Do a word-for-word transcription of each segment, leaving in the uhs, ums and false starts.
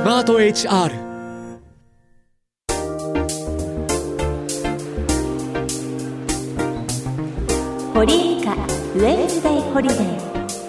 スマート エイチアール。 堀井美香ウェンズデイホリデー。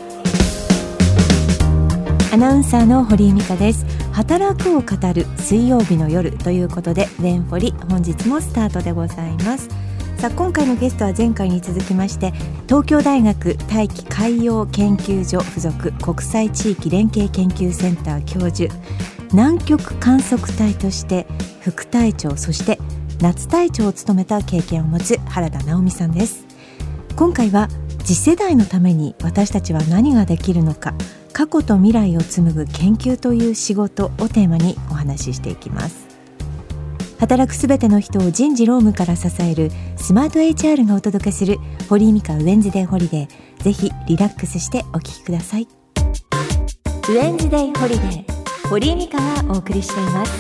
アナウンサーの堀井美香です。働くを語る水曜日の夜ということで、ウェンホリ本日もスタートでございます。さあ、今回のゲストは前回に続きまして、東京大学大気海洋研究所附属国際地域連携研究センター教授、南極観測隊として副隊長、そして夏隊長を務めた経験を持つ原田直美さんです。今回は次世代のために私たちは何ができるのか、過去と未来を紡ぐ研究という仕事をテーマにお話ししていきます。働くすべての人を人事労務から支えるスマート エイチアール がお届けする堀井美香ウェンズデイホリデー。ぜひリラックスしてお聞きください。ウェンズデイホリデー、堀井美香がお送りしています。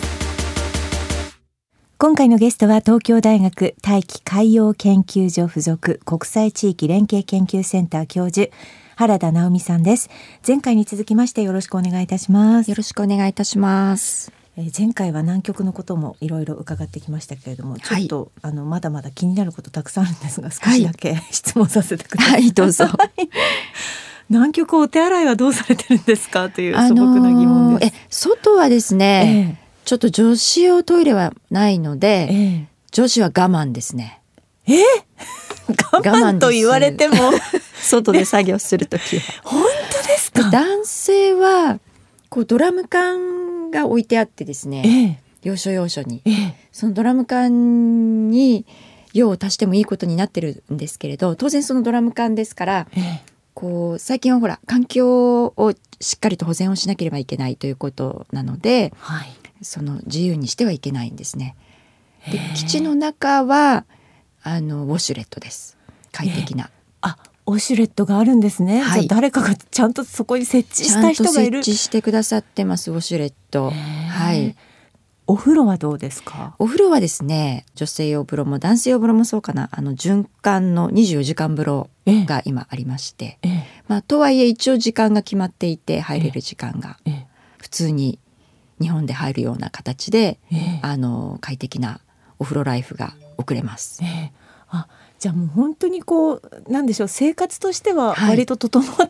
今回のゲストは東京大学大気海洋研究所附属国際地域連携研究センター教授、原田直美さんです。前回に続きましてよろしくお願いいたします。 よろしくお願いいたします。 えー、前回は南極のこともいろいろ伺ってきましたけれども、ちょっと、はい、あのまだまだ気になることたくさんあるんですが、少しだけ質問させてください。 はい、どうぞ。 南極お手洗いはどうされてるんですかという素朴な疑問です。 あのー、え外はですね、えーちょっと女子用トイレはないので、ええ、女子は我慢ですね。 え我慢と言われても外で作業するときは本当ですか。 男性はこうドラム缶が置いてあってですね、ええ、要所要所に、ええ、そのドラム缶に用を足してもいいことになってるんですけれど、当然そのドラム缶ですから、ええ、こう最近はほら環境をしっかりと保全をしなければいけないということなので、はい、その自由にしてはいけないんですね。で、基地の中はあのウォシュレットです。快適な。 あ、ウォシュレットがあるんですね。はい、じゃあ誰かがちゃんとそこに設置した人がいる。 ちゃんと設置してくださってます、ウォシュレット。はい。 お風呂はどうですか。 お風呂はですね、女性用風呂も男性用風呂もそうかな、あの循環のにじゅうよじかん風呂が今ありまして、ええまあ、とはいえ一応時間が決まっていて、入れる時間が、ええ、普通に日本で入るような形で、ええ、あの快適なお風呂ライフが送れます。ええ、 あ、じゃあもう本当にこうなんでしょう、生活としては割と整って、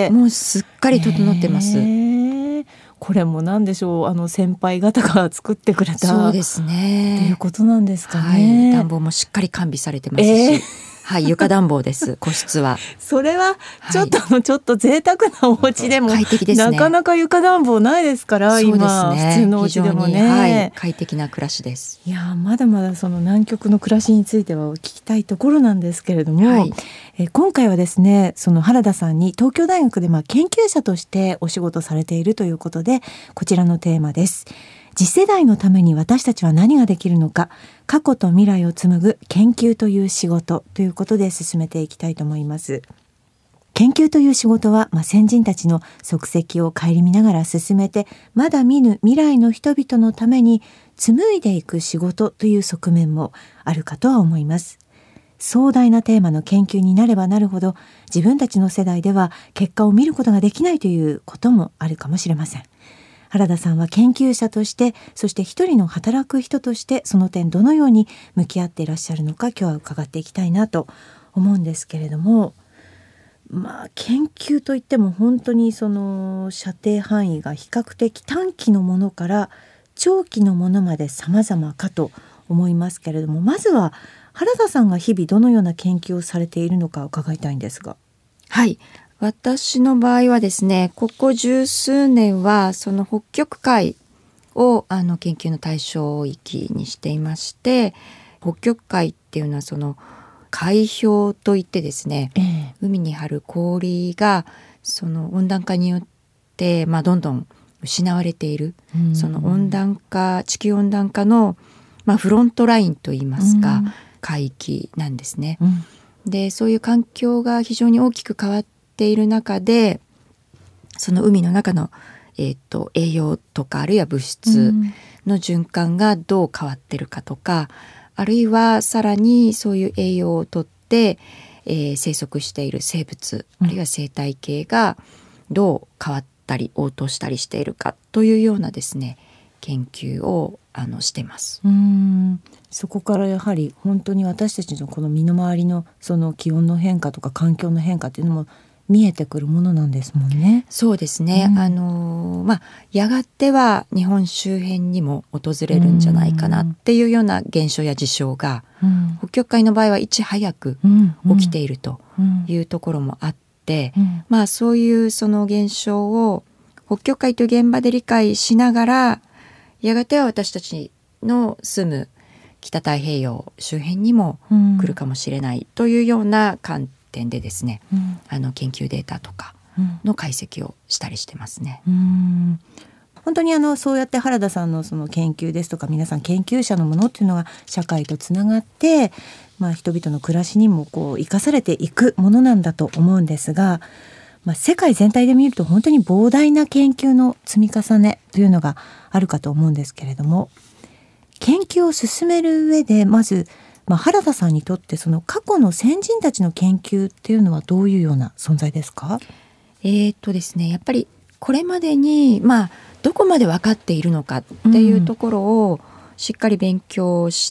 はい、もうすっかり整ってます。えー、これもなんでしょう、あの先輩方が作ってくれたそうですねということなんですかね。 はい、暖房もしっかり完備されてますし、えーはい、床暖房です。個室はそれはちょっと、はい、ちょっと贅沢なお家でも快適ですね。 なかなか床暖房ないですから、 そうですね、 今普通のお家でもね、 はい、快適な暮らしです。 いや、まだまだその南極の暮らしについては聞きたいところなんですけれども、はい、え今回はですね、その原田さんに東京大学でまあ研究者としてお仕事されているということで、こちらのテーマです。次世代のために私たちは何ができるのか、過去と未来を紡ぐ研究という仕事ということで進めていきたいと思います。研究という仕事は、まあ、先人たちの足跡を顧みながら進めて、まだ見ぬ未来の人々のために紡いでいく仕事という側面もあるかとは思います。壮大なテーマの研究になればなるほど、自分たちの世代では結果を見ることができないということもあるかもしれません。原田さんは研究者として、そして一人の働く人として、その点どのように向き合っていらっしゃるのか、今日は伺っていきたいなと思うんですけれども、まあ研究といっても本当にその射程範囲が比較的短期のものから長期のものまで様々かと思いますけれども、まずは原田さんが日々どのような研究をされているのか伺いたいんですが。 はい、私の場合はですね、ここ十数年はその北極海をあの研究の対象域にしていまして、北極海っていうのはその海氷といってですね、ええ、海に張る氷がその温暖化によって、まあ、どんどん失われている、うん、その温暖化、地球温暖化の、まあ、フロントラインといいますか、うん、海域なんですね。うん、でそういう環境が非常に大きく変わっている中で、その海の中の、えーと、栄養とかあるいは物質の循環がどう変わってるかとか、あるいはさらにそういう栄養をとって、えー、生息している生物、あるいは生態系がどう変わったり応答したりしているかというようなですね、 研究をあのしてます。 うーん、そこからやはり本当に私たちのこの身の回りのその気温の変化とか環境の変化っていうのも見えてくるものなんですもんね。 そうですね、うん、あのまあやがては日本周辺にも訪れるんじゃないかなっていうような現象や事象が、うん、北極海の場合はいち早く起きているというところもあって、うんうん、まあそういうその現象を北極海という現場で理解しながら、やがては私たちの住む北太平洋周辺にも来るかもしれないというような観点でですね、うん、あの研究データとかの解析をしたりしてますね。 うん、本当にあのそうやって原田さんのその研究ですとか、皆さん研究者のものっていうのが社会とつながって、まあ、人々の暮らしにもこう生かされていくものなんだと思うんですが、まあ、世界全体で見ると本当に膨大な研究の積み重ねというのがあるかと思うんですけれども、研究を進める上でまず、まあ、原田さんにとってその過去の先人たちの研究っていうのはどういうような存在ですか？ えーっとですね、やっぱりこれまでに、まあ、どこまで分かっているのかっていうところをしっかり勉強して、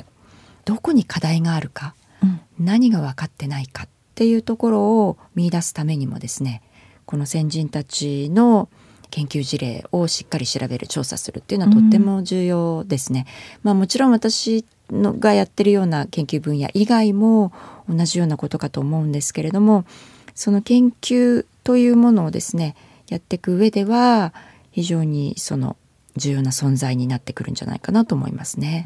うん、どこに課題があるか、うん、何が分かってないかっていうところを見出すためにもですね、この先人たちの研究事例をしっかり調べる、調査するっていうのはとっても重要ですね。うん、まあ、もちろん私のがやってるような研究分野以外も同じようなことかと思うんですけれども、その研究というものをですねやっていく上では非常にその重要な存在になってくるんじゃないかなと思いますね。 うん、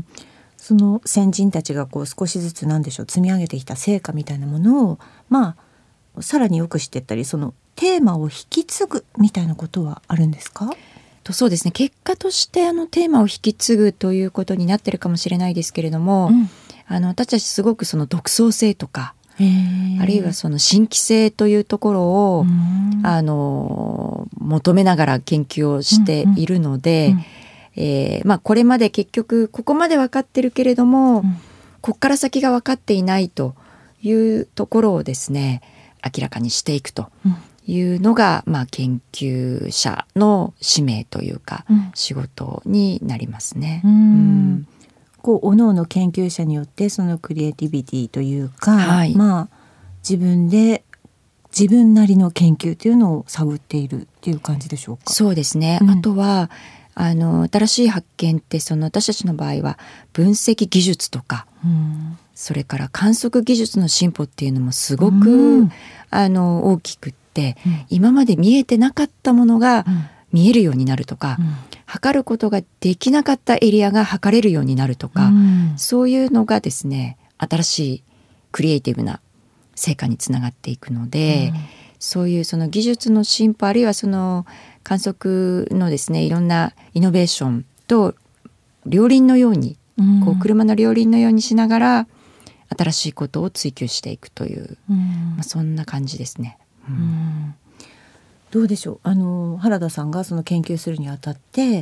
その先人たちがこう少しずつなんでしょう積み上げてきた成果みたいなものをまあさらによく知っていったり、そのテーマを引き継ぐみたいなことはあるんですか？ とそうですね、結果としてあのテーマを引き継ぐということになってるかもしれないですけれども、うん、あの私たちすごくその独創性とか、あるいはその新規性というところをあの求めながら研究をしているので、えーまあ、これまで結局ここまで分かってるけれども、うん、ここから先が分かっていないというところをですね明らかにしていくというのが、うん、まあ、研究者の使命というか、うん、仕事になりますね。うんうんこう各々研究者によってそのクリエイティビティというか、はい、まあ自分で自分なりの研究というのを探っているっていう感じでしょうか？ そうですね、うん、あとはあの新しい発見ってその私たちの場合は分析技術とか、うん、それから観測技術の進歩っていうのもすごく、うん、あの大きくって、うん、今まで見えてなかったものが見えるようになるとか、うん、測ることができなかったエリアが測れるようになるとか、うん、そういうのがですね新しいクリエイティブな成果につながっていくので、うん、そういうその技術の進歩あるいはその観測のですねいろんなイノベーションと両輪のように、うん、こう車の両輪のようにしながら新しいことを追求していくという、うんまあ、そんな感じですね。うんうんどうでしょう、あの原田さんがその研究するにあたって、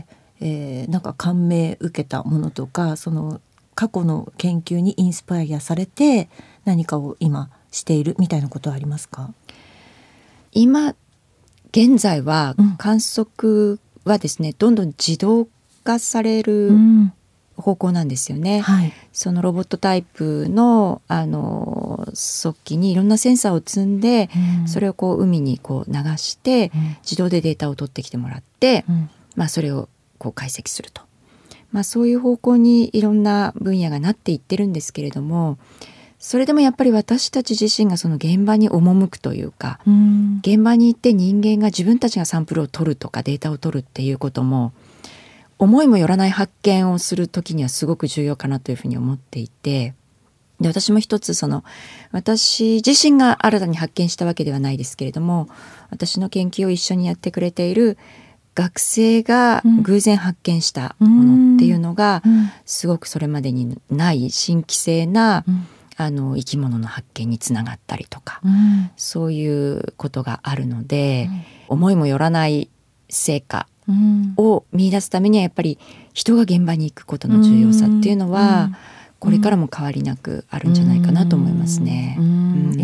えー、なんか感銘受けたものとか、その過去の研究にインスパイアされて何かを今しているみたいなことはありますか？ 今現在は観測はですね、うん、どんどん自動化される方向なんですよね。うんはい、そのロボットタイプのあの側機にいろんなセンサーを積んで、うん、それをこう海にこう流して、うん、自動でデータを取ってきてもらって、うんまあ、それをこう解析すると、まあ、そういう方向にいろんな分野がなっていってるんですけれども、それでもやっぱり私たち自身がその現場に赴くというか、うん、現場に行って人間が自分たちがサンプルを取るとかデータを取るっていうことも思いもよらない発見をするときにはすごく重要かなというふうに思っていて、で私も一つその私自身が新たに発見したわけではないですけれども、私の研究を一緒にやってくれている学生が偶然発見したものっていうのが、うん、すごくそれまでにない新規性な、うんあの生き物の発見につながったりとか、うん、そういうことがあるので、うん、思いもよらない成果を見出すためにはやっぱり人が現場に行くことの重要さっていうのは、うん、これからも変わりなくあるんじゃないかなと思いますね。 うんうん、いろんなイノ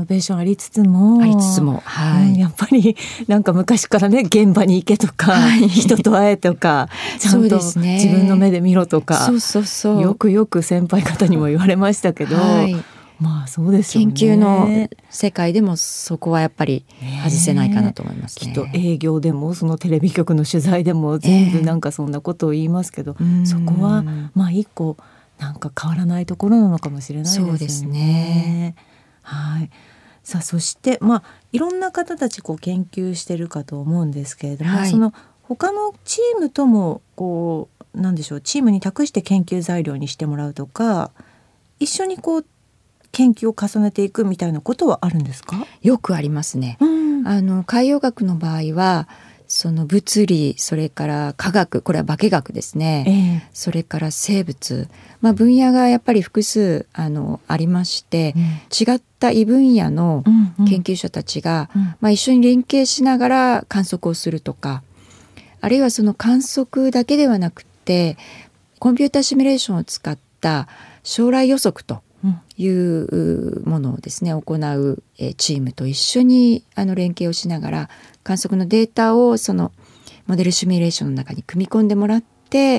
ノベーションありつつもありつつも、はい、 うん、やっぱりなんか昔からね、現場に行けとか、はい、人と会えとかちゃんと自分の目で見ろとか、 そうですね、そうそうそう、 よくよく先輩方にも言われましたけど、はい、まあそうですよね。 研究の世界でもそこはやっぱり外せないかなと思いますね。 きっと営業でもそのテレビ局の取材でも全部なんかそんなことを言いますけど、えー、そこはまあ一個なんか変わらないところなのかもしれないですね。 そうですね。 はい。さあそしてまあいろんな方たちこう研究してるかと思うんですけれども、はい、その他のチームともこうなんでしょう、チームに託して研究材料にしてもらうとか、一緒にこう研究を重ねていくみたいなことはあるんですか？ よくありますね。うん、あの海洋学の場合はその物理、それから科学、これは化学ですね、えー、それから生物、まあ、分野がやっぱり複数あのありまして、うん、違った異分野の研究者たちが、うんうん、まあ、一緒に連携しながら観測をするとか、あるいはその観測だけではなくてコンピューターシミュレーションを使った将来予測というものをですね行うチームと一緒にあの連携をしながら観測のデータをそのモデルシミュレーションの中に組み込んでもらって、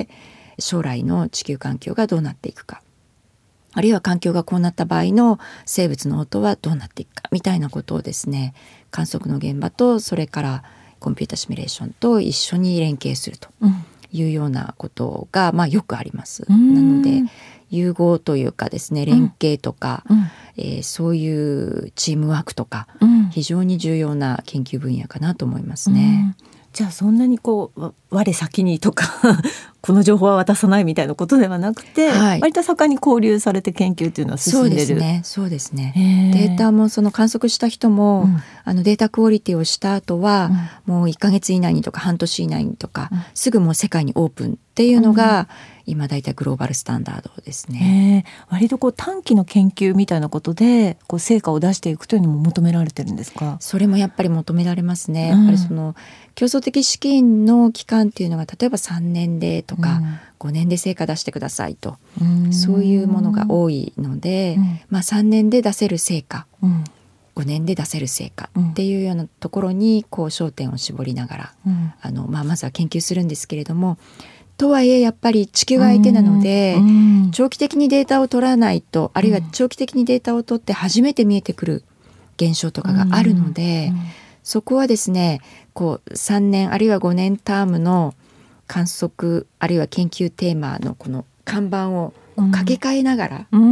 将来の地球環境がどうなっていくか、あるいは環境がこうなった場合の生物の音はどうなっていくかみたいなことをですね、観測の現場とそれからコンピュータシミュレーションと一緒に連携するというようなことが、まあ、よくあります。なので融合というかですね、連携とか、うんえー、そういうチームワークとか、うん、非常に重要な研究分野かなと思いますね。 うん、じゃあそんなにこう我先にとかこの情報は渡さないみたいなことではなくて、はい、割と盛んに交流されて研究というのは進んでる。 そうですね、そうですね。データもその観測した人も、うん、あのデータクオリティをした後は、うん、もういっかげつ以内にとか半年以内にとか、うん、すぐもう世界にオープンっていうのが、うん、今だいたいグローバルスタンダードですね。 割とこう短期の研究みたいなことでこう成果を出していくというのも求められてるんですか？ それもやっぱり求められますね。やっぱりその競争的資金の期間っていうのが例えばさんねんでとか、うん、ごねんで成果出してくださいと、うん、そういうものが多いので、うん、まあ、さんねんで出せる成果、うん、ごねんで出せる成果っていうようなところにこう焦点を絞りながら、あのまあ、まずは研究するんですけれども、とはいえやっぱり地球が相手なので、長期的にデータを取らないと、あるいは長期的にデータを取って初めて見えてくる現象とかがあるので、そこはですね、こうさんねんあるいはごねんタームの観測あるいは研究テーマのこの看板をこう掛け替えながら、うん、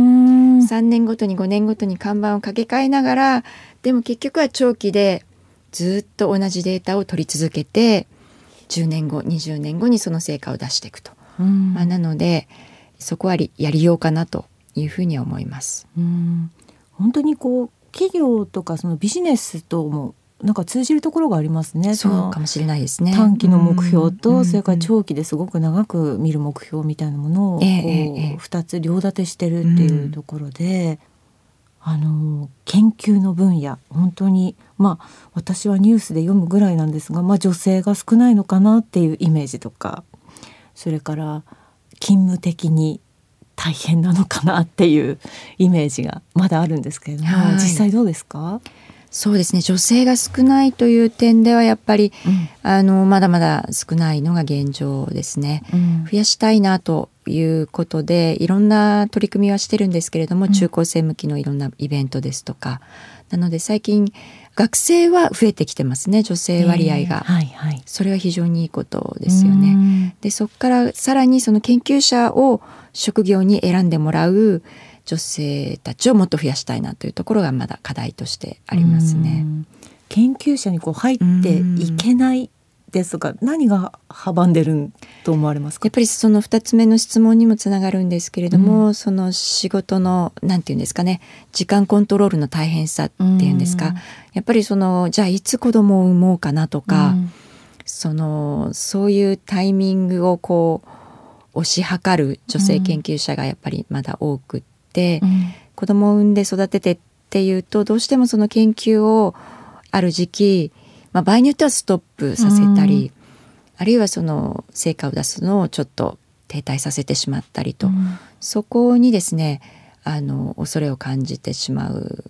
さんねんごとにごねんごとに看板を掛け替えながら、でも結局は長期でずっと同じデータを取り続けてじゅうねんごにじゅうねんごにその成果を出していくと、うんまあ、なのでそこはやりようかなというふうに思います。 うん、本当にこう企業とかそのビジネスともなんか通じるところがありますね。 そうかもしれないですね。 短期の目標と、うん、それから長期ですごく長く見る目標みたいなものをこう、えー、ふたつ両立てしてるっていうところで、うん、あの研究の分野本当にまあ私はニュースで読むぐらいなんですが、まあ、女性が少ないのかなっていうイメージとか、それから勤務的に大変なのかなっていうイメージがまだあるんですけれども、はい、実際どうですか？ そうですね、女性が少ないという点ではやっぱり、うん、あのまだまだ少ないのが現状ですね、うん、増やしたいなということでいろんな取り組みはしてるんですけれども、うん、中高生向きのいろんなイベントですとか、なので最近学生は増えてきてますね、女性割合が、えーはいはい、それは非常にいいことですよね。でそこからさらにその研究者を職業に選んでもらう女性たちをもっと増やしたいなというところがまだ課題としてありますね。 研究者にこう入っていけないですとか、何が阻んでると思われますか？ やっぱりそのふたつめの質問にもつながるんですけれども、うん、その仕事のなんていうんですかね、時間コントロールの大変さっていうんですか、うん、やっぱりそのじゃあいつ子供を産もうかなとか、うん、そのそういうタイミングをこう推し量る女性研究者がやっぱりまだ多くて、で、うん、子供を産んで育ててっていうとどうしてもその研究をある時期、まあ、場合によってはストップさせたり、うん、あるいはその成果を出すのをちょっと停滞させてしまったりと、うん、そこにですねあの恐れを感じてしまう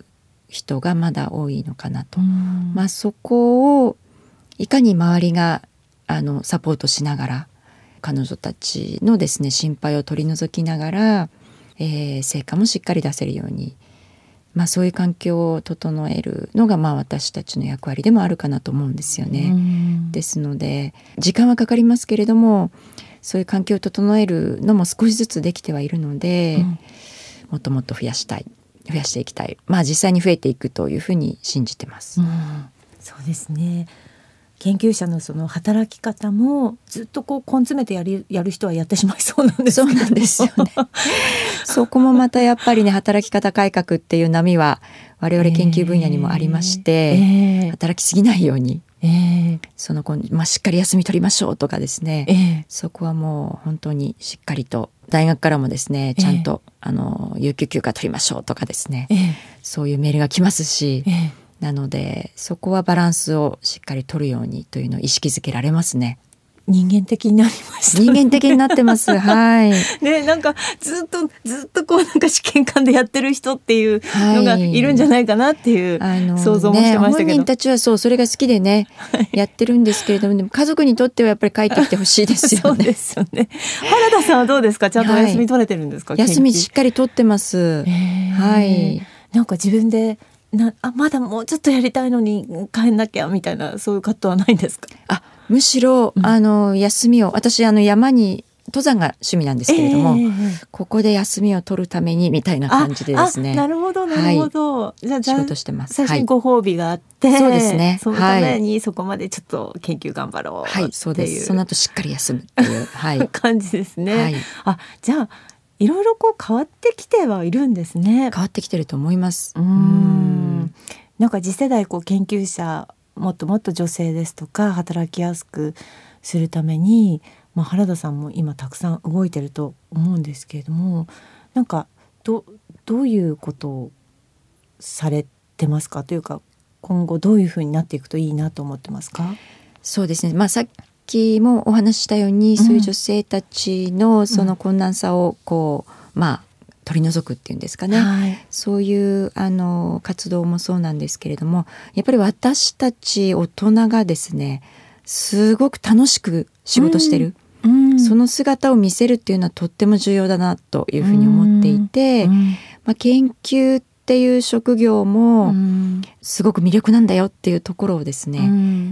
人がまだ多いのかなと。まあ、そこをいかに周りがあのサポートしながら、彼女たちのですね心配を取り除きながら、えー、成果もしっかり出せるように、まあ、そういう環境を整えるのがまあ私たちの役割でもあるかなと思うんですよね。ですので時間はかかりますけれども、そういう環境を整えるのも少しずつできてはいるので、うん、もっともっと増やしたい増やしていきたい、まあ実際に増えていくというふうに信じてます。 うん、そうですね。研究者のその働き方もずっとこう根詰めてやる、やる人はやってしまいそうなんですけど。 そうなんですよねそこもまたやっぱりね、働き方改革っていう波は我々研究分野にもありまして、えーえー、働きすぎないように、えーそのまあ、しっかり休み取りましょうとかですね、えー、そこはもう本当にしっかりと大学からもですねちゃんと、えー、あの有給休暇取りましょうとかですね、えー、そういうメールが来ますし、えーなのでそこはバランスをしっかり取るようにというのを意識づけられますね。 人間的になりましたね。 人間的になってますはいね、なんかずっとずっとこうなんか試験官でやってる人っていうのがいるんじゃないかなっていう想像もしてましたけど、 ね、本人たちはそうそれが好きでね、はい、やってるんですけれども、でも家族にとってはやっぱり帰ってきてほしいですよね。 そうですよね。原田さんはどうですか？ちゃんとお休み取れてるんですか？ はい、休みしっかり取ってます。はい。 なんか自分でなあまだもうちょっとやりたいのに帰んなきゃみたいな、そういう葛藤はないんですか？ あ、むしろ、うん、あの休みを、私あの山に登山が趣味なんですけれども、えー、ここで休みを取るためにみたいな感じでですね。 なるほどなるほど、はい、じゃあ仕事してます。 最初にご褒美があって、はい、 そうですね。 そのためにそこまでちょっと研究頑張ろうっていう、はい、 そうです。その後しっかり休むっていう、はい、 感じですね。はい、あ、じゃあいろいろこう変わってきてはいるんですね。 変わってきてると思います。 うーん、なんか次世代こう研究者もっともっと女性ですとか働きやすくするために、まあ、原田さんも今たくさん動いてると思うんですけれども、なんか ど, どういうことをされてますか？というか今後どういうふうになっていくといいなと思ってますか？ そうですね、まあ、さっきもお話ししたように、うん、そういう女性たちのその困難さをこう、まあ取り除くっていうんですかね、はい、そういうあの活動もそうなんですけれども、やっぱり私たち大人がですねすごく楽しく仕事してる、うんうん、その姿を見せるっていうのはとっても重要だなというふうに思っていて、うんうん、まあ、研究っていう職業もすごく魅力なんだよっていうところをですね、うん、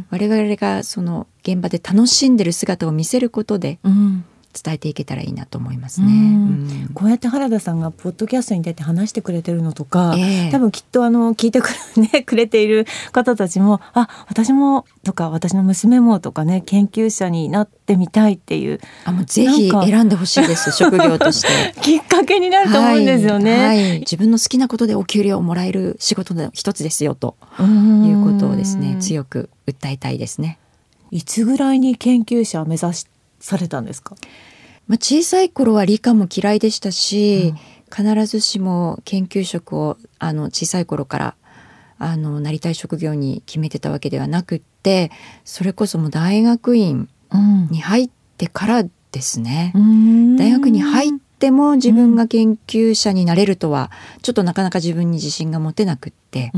我々がその現場で楽しんでる姿を見せることで、うん伝えていけたらいいなと思いますね。うん、 こうやって原田さんがポッドキャストに出て話してくれてるのとか、えー、多分きっとあの聞いてくれ、ね、くれている方たちも、あ、私もとか私の娘もとかね、研究者になってみたいっていう、 あ、もうぜひ選んでほしいです職業としてきっかけになると思うんですよね、 はいはい、自分の好きなことでお給料をもらえる仕事の一つですよということをですね強く訴えたいですね。 いつぐらいに研究者を目指してされたんですか？ まあ、小さい頃は理科も嫌いでしたし、うん、必ずしも研究職をあの小さい頃からあのなりたい職業に決めてたわけではなくって、それこそもう大学院に入ってからですね、うん、大学に入っても自分が研究者になれるとはちょっとなかなか自分に自信が持てなくって、うん、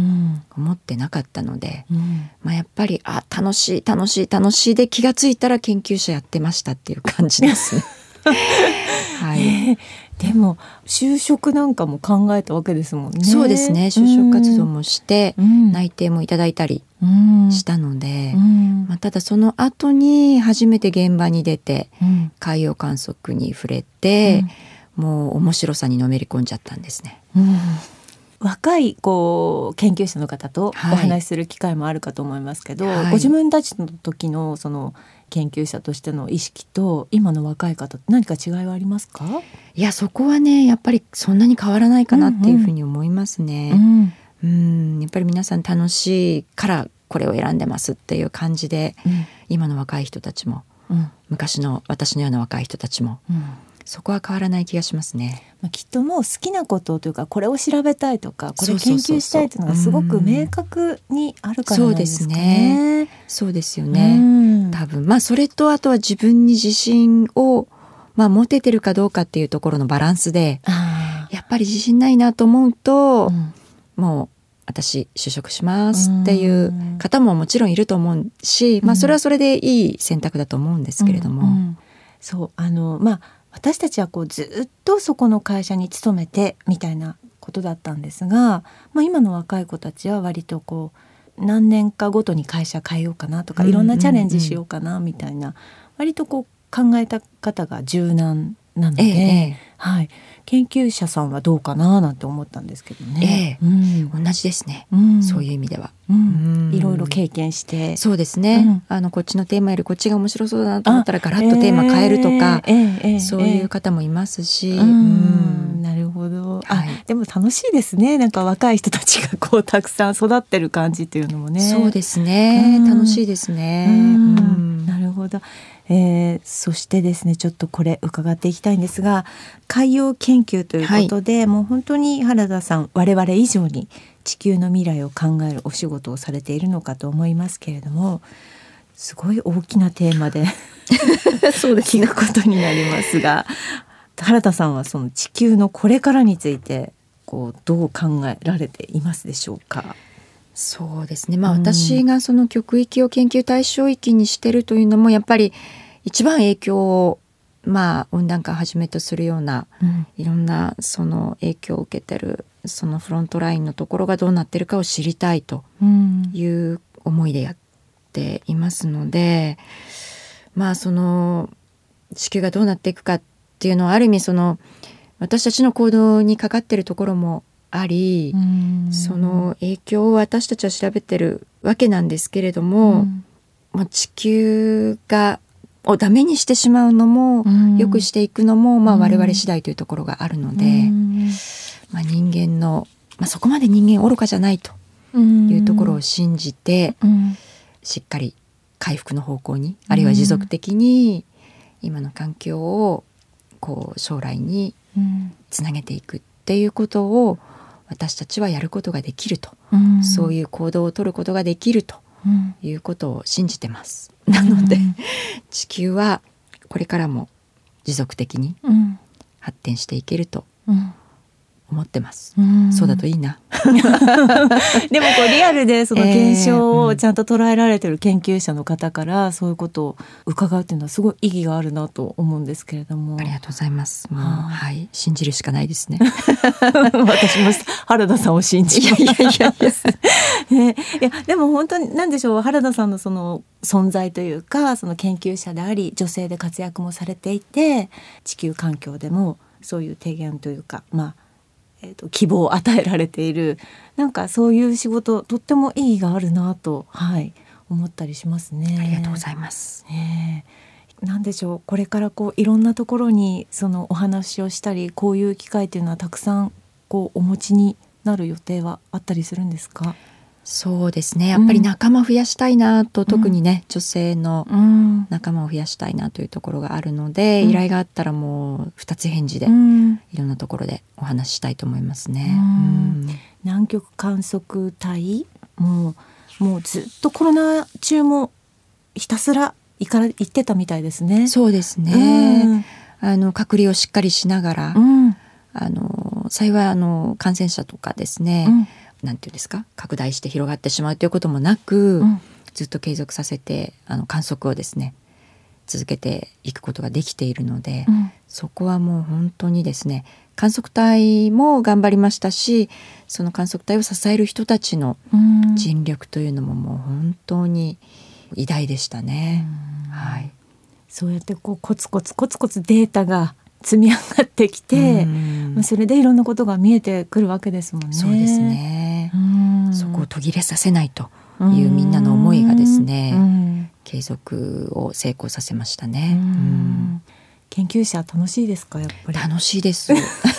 思ってなかったので、うん、まあ、やっぱりあ楽しい楽しい楽しいで気がついたら研究者やってましたっていう感じですねはい、 えー、でも就職なんかも考えたわけですもんね。 そうですね、就職活動もして、うん、内定もいただいたりしたので、うんまあ、ただその後に初めて現場に出て、うん、海洋観測に触れて、うん、もう面白さにのめり込んじゃったんですね、うん、 若いこう研究者の方とお話しする機会もあるかと思いますけど、はい、ご自分たちの時のその研究者としての意識と今の若い方って何か違いはありますか？ いや、そこはねやっぱりそんなに変わらないかなっていうふうに思いますね、うんうん、うんやっぱり皆さん楽しいからこれを選んでますっていう感じで、うん、今の若い人たちも、うん、昔の私のような若い人たちも、うんそこは変わらない気がしますね。 まあ、きっともう好きなことというかこれを調べたいとかこれ研究したいというのがすごく明確にあるからなんですかね。 そうですよね。多分まあそれとあとは自分に自信を、まあ、持ててるかどうかっていうところのバランスで、やっぱり自信ないなと思うと、うん、もう私就職しますっていう方ももちろんいると思うし、まあ、それはそれでいい選択だと思うんですけれども、うんうん、 そうあのまあ私たちはこうずっとそこの会社に勤めてみたいなことだったんですが、まあ、今の若い子たちは割とこう何年かごとに会社変えようかなとか、いろんなチャレンジしようかなみたいな、割とこう考えた方が柔軟なので、ええはい、研究者さんはどうかななんて思ったんですけどね、 ええうん、同じですね、うん、そういう意味では、 うん、いろいろ経験してそうですね、うん、あのこっちのテーマよりこっちが面白そうだなと思ったらガラッとテーマ変えるとか、えーえー、そういう方もいますし、えーうん、 なるほど、はい、あでも楽しいですね。なんか若い人たちがこうたくさん育ってる感じっていうのもね。 そうですね、うん、楽しいですね、うんうん、なるほど。えー、そしてですねちょっとこれ伺っていきたいんですが、海洋研究ということで、はい、もう本当に原田さん我々以上に地球の未来を考えるお仕事をされているのかと思いますけれども、すごい大きなテーマでそうですね、聞くことになりますが、原田さんはその地球のこれからについてこうどう考えられていますでしょうか。 そうですね、まあ、私がその極域を研究対象域にしてるというのもやっぱり一番影響を、まあ、温暖化をはじめとするような、うん、いろんなその影響を受けてるそのフロントラインのところがどうなってるかを知りたいという思いでやっていますので、まあその地球がどうなっていくかっていうのはある意味その私たちの行動にかかってるところもあり、その影響を私たちは調べてるわけなんですけれども、もう地球がをダメにしてしまうのも、良くしていくのも、まあ、我々次第というところがあるので、まあ、人間の、まあ、そこまで人間愚かじゃないというところを信じて、しっかり回復の方向に、あるいは持続的に今の環境をこう将来につなげていくっていうことを私たちはやることができると、うん、そういう行動を取ることができるということを信じてます、うん、なので、うん、地球はこれからも持続的に発展していけると思ってます、うん、そうだといいなでもこうリアルでその現象をちゃんと捉えられてる研究者の方からそういうことを伺うっていうのはすごい意義があるなと思うんですけれども。 ありがとうございます。もう、はい、信じるしかないですね私も原田さんを信じます。いやいやいやね、いやでも本当に何でしょう、原田さんのその存在というか、その研究者であり女性で活躍もされていて、地球環境でもそういう提言というか、まあえーと、希望を与えられている、なんかそういう仕事とっても意義があるなと、はい、思ったりしますね。 ありがとうございます、 ね、なんでしょう、これからこういろんなところにそのお話をしたり、こういう機会というのはたくさんこうお持ちになる予定はあったりするんですか。 そうですね、やっぱり仲間増やしたいなと、うん、特にね女性の仲間を増やしたいなというところがあるので、うん、依頼があったらもう二つ返事で、うん、いろんなところでお話ししたいと思いますね、うん、 南極観測隊もう、もうずっとコロナ中もひたすら行から行ってたみたいですね。 そうですね、うん、あの隔離をしっかりしながら、うん、あの幸いあの感染者とかですね、うんなんていうんですか、拡大して広がってしまうということもなく、うん、ずっと継続させてあの観測をですね続けていくことができているので、うん、そこはもう本当にですね、観測隊も頑張りましたし、その観測隊を支える人たちの尽力というのももう本当に偉大でしたね、はい、 そうやってこうコツコツコツコツデータが積み上がってきて、それでいろんなことが見えてくるわけですもんね。 そうですね、そこを途切れさせないというみんなの思いがですね、継続を成功させましたね。 研究者楽しいですか。やっぱり楽しいです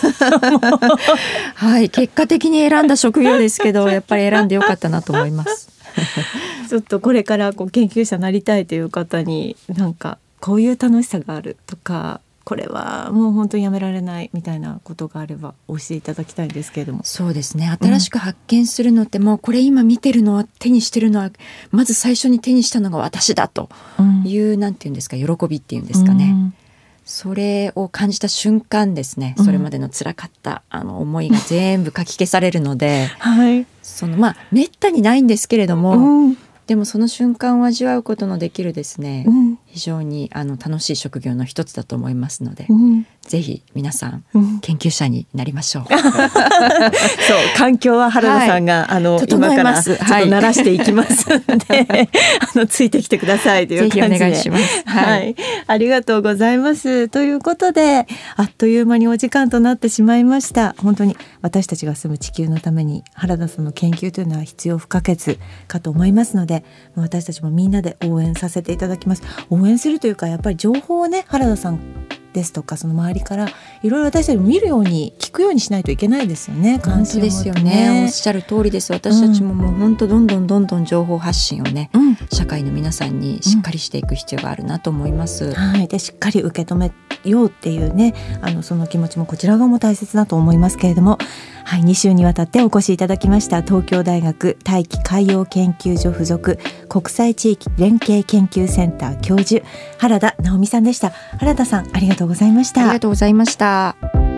はい、結果的に選んだ職業ですけどやっぱり選んでよかったなと思いますちょっとこれからこう研究者になりたいという方になんかこういう楽しさがあるとか、これはもう本当にやめられないみたいなことがあれば教えていただきたいんですけれども。 そうですね、新しく発見するのって、うん、もうこれ今見てるのは手にしてるのはまず最初に手にしたのが私だという、うん、なんていうんですか、喜びっていうんですかね、うん、 それを感じた瞬間ですね、それまでの辛かったあの思いが全部かき消されるので、 はい、 そのまあめったにないんですけれども、うん、でもその瞬間を味わうことのできるですね、うん、非常にあの楽しい職業の一つだと思いますので、うん、ぜひ皆さん、うん、研究者になりましょう。そう環境は原田さんが、はい、あの今からちょっと慣らしていきますので、はい、あのついてきてくださいという感じで、 ぜひお願いします。はい、はい、 ありがとうございます。ということであっという間にお時間となってしまいました。本当に私たちが住む地球のために原田さんの研究というのは必要不可欠かと思いますので、私たちもみんなで応援させていただきます。応援するというか、やっぱり情報をね、原田さんですとかその周りからいろいろ私たちも見るように聞くようにしないといけないですよね。 関心を持ってね。本当ですよね。おっしゃる通りです。私たちももう本当どんどんどんどん情報発信をね、うん、社会の皆さんにしっかりしていく必要があるなと思います。うん、 はい。でしっかり受け止めようっていうね、あのその気持ちもこちら側も大切だと思いますけれども、はい、に週にわたってお越しいただきました東京大学大気海洋研究所附属国際地域連携研究センター教授原田直美さんでした。原田さん、ありがとうございました。 ありがとうございました。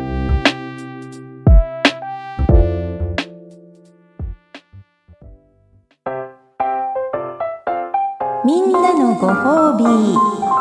みんなのご褒美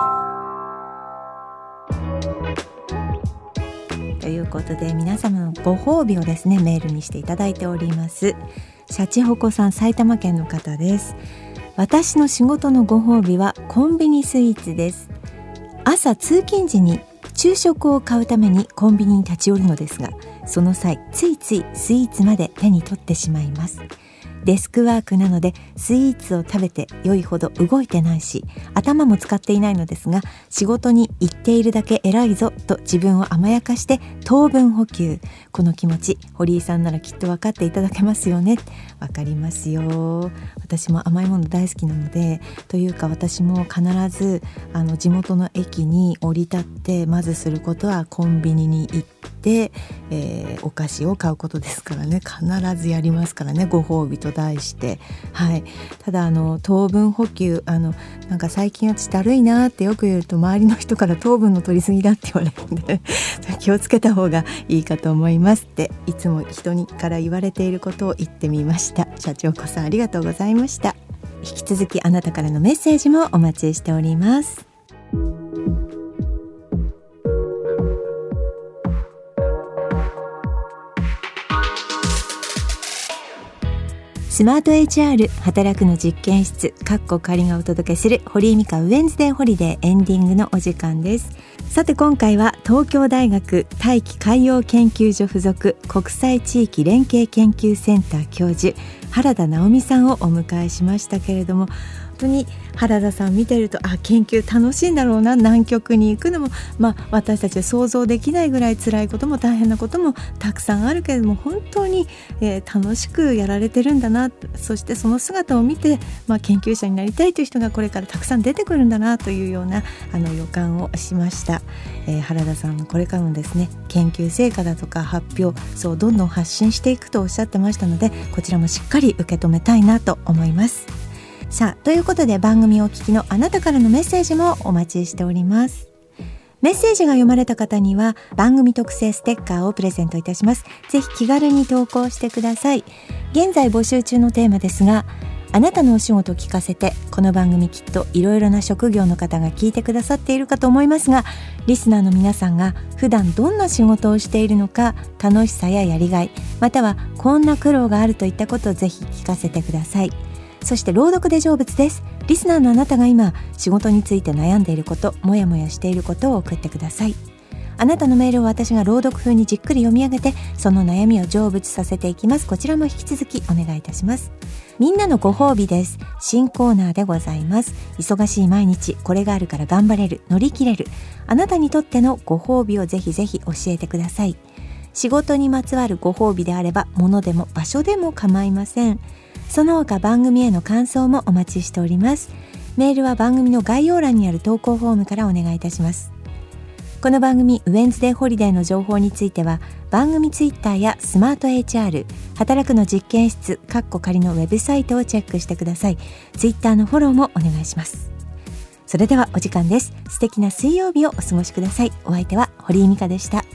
ということで、皆様のご褒美をですねメールにしていただいております。シャチホコさん、埼玉県の方です。私の仕事のご褒美はコンビニスイーツです。朝通勤時に昼食を買うためにコンビニに立ち寄るのですが、その際ついついスイーツまで手に取ってしまいます。デスクワークなのでスイーツを食べて良いほど動いてないし頭も使っていないのですが、仕事に行っているだけ偉いぞと自分を甘やかして糖分補給。この気持ち、堀井さんならきっと分かっていただけますよね。分かりますよ。私も甘いもの大好きなので、というか私も必ずあの地元の駅に降り立ってまずすることはコンビニに行って、えー、お菓子を買うことですからね。必ずやりますからね、ご褒美と題して、はい、ただあの糖分補給、あのなんか最近私だるいなってよく言うと周りの人から糖分の取りすぎだって言われるんで気をつけた方がいいかと思いますっていつも人にから言われていることを言ってみました。社長子さん、ありがとうございました。引き続きあなたからのメッセージもお待ちしております。スマート エイチアール 働くの実験室かっこ仮がお届けする堀井美香ウェンズデーホリデーエンディングのお時間です。さて今回は東京大学大気海洋研究所附属国際地域連携研究センター教授原田直美さんをお迎えしましたけれども、本当に原田さん見てると、あ、研究楽しいんだろうな、南極に行くのも、まあ、私たちは想像できないぐらい辛いことも大変なこともたくさんあるけれども、本当に、えー、楽しくやられてるんだな、そしてその姿を見て、まあ、研究者になりたいという人がこれからたくさん出てくるんだなというようなあの予感をしました。えー、原田さんのこれからのですね研究成果だとか発表、そうどんどん発信していくとおっしゃってましたので、こちらもしっかり受け止めたいなと思います。さあ、ということで番組をお聞きのあなたからのメッセージもお待ちしております。メッセージが読まれた方には番組特製ステッカーをプレゼントいたします。ぜひ気軽に投稿してください。現在募集中のテーマですが、あなたのお仕事を聞かせて。この番組きっといろいろな職業の方が聞いてくださっているかと思いますが、リスナーの皆さんが普段どんな仕事をしているのか、楽しさややりがい、またはこんな苦労があるといったことをぜひ聞かせてください。そして朗読で成仏です。リスナーのあなたが今仕事について悩んでいること、もやもやしていることを送ってください。あなたのメールを私が朗読風にじっくり読み上げて、その悩みを成仏させていきます。こちらも引き続きお願いいたします。みんなのご褒美です。新コーナーでございます。忙しい毎日、これがあるから頑張れる、乗り切れる。あなたにとってのご褒美をぜひぜひ教えてください。仕事にまつわるご褒美であれば、物でも場所でも構いません。その他番組への感想もお待ちしております。メールは番組の概要欄にある投稿フォームからお願いいたします。この番組ウェンズデーホリデーの情報については番組ツイッターやスマート エイチアール 働くの実験室カッコ仮のウェブサイトをチェックしてください。ツイッターのフォローもお願いします。 それではお時間です。素敵な水曜日をお過ごしください。お相手は堀井美香でした。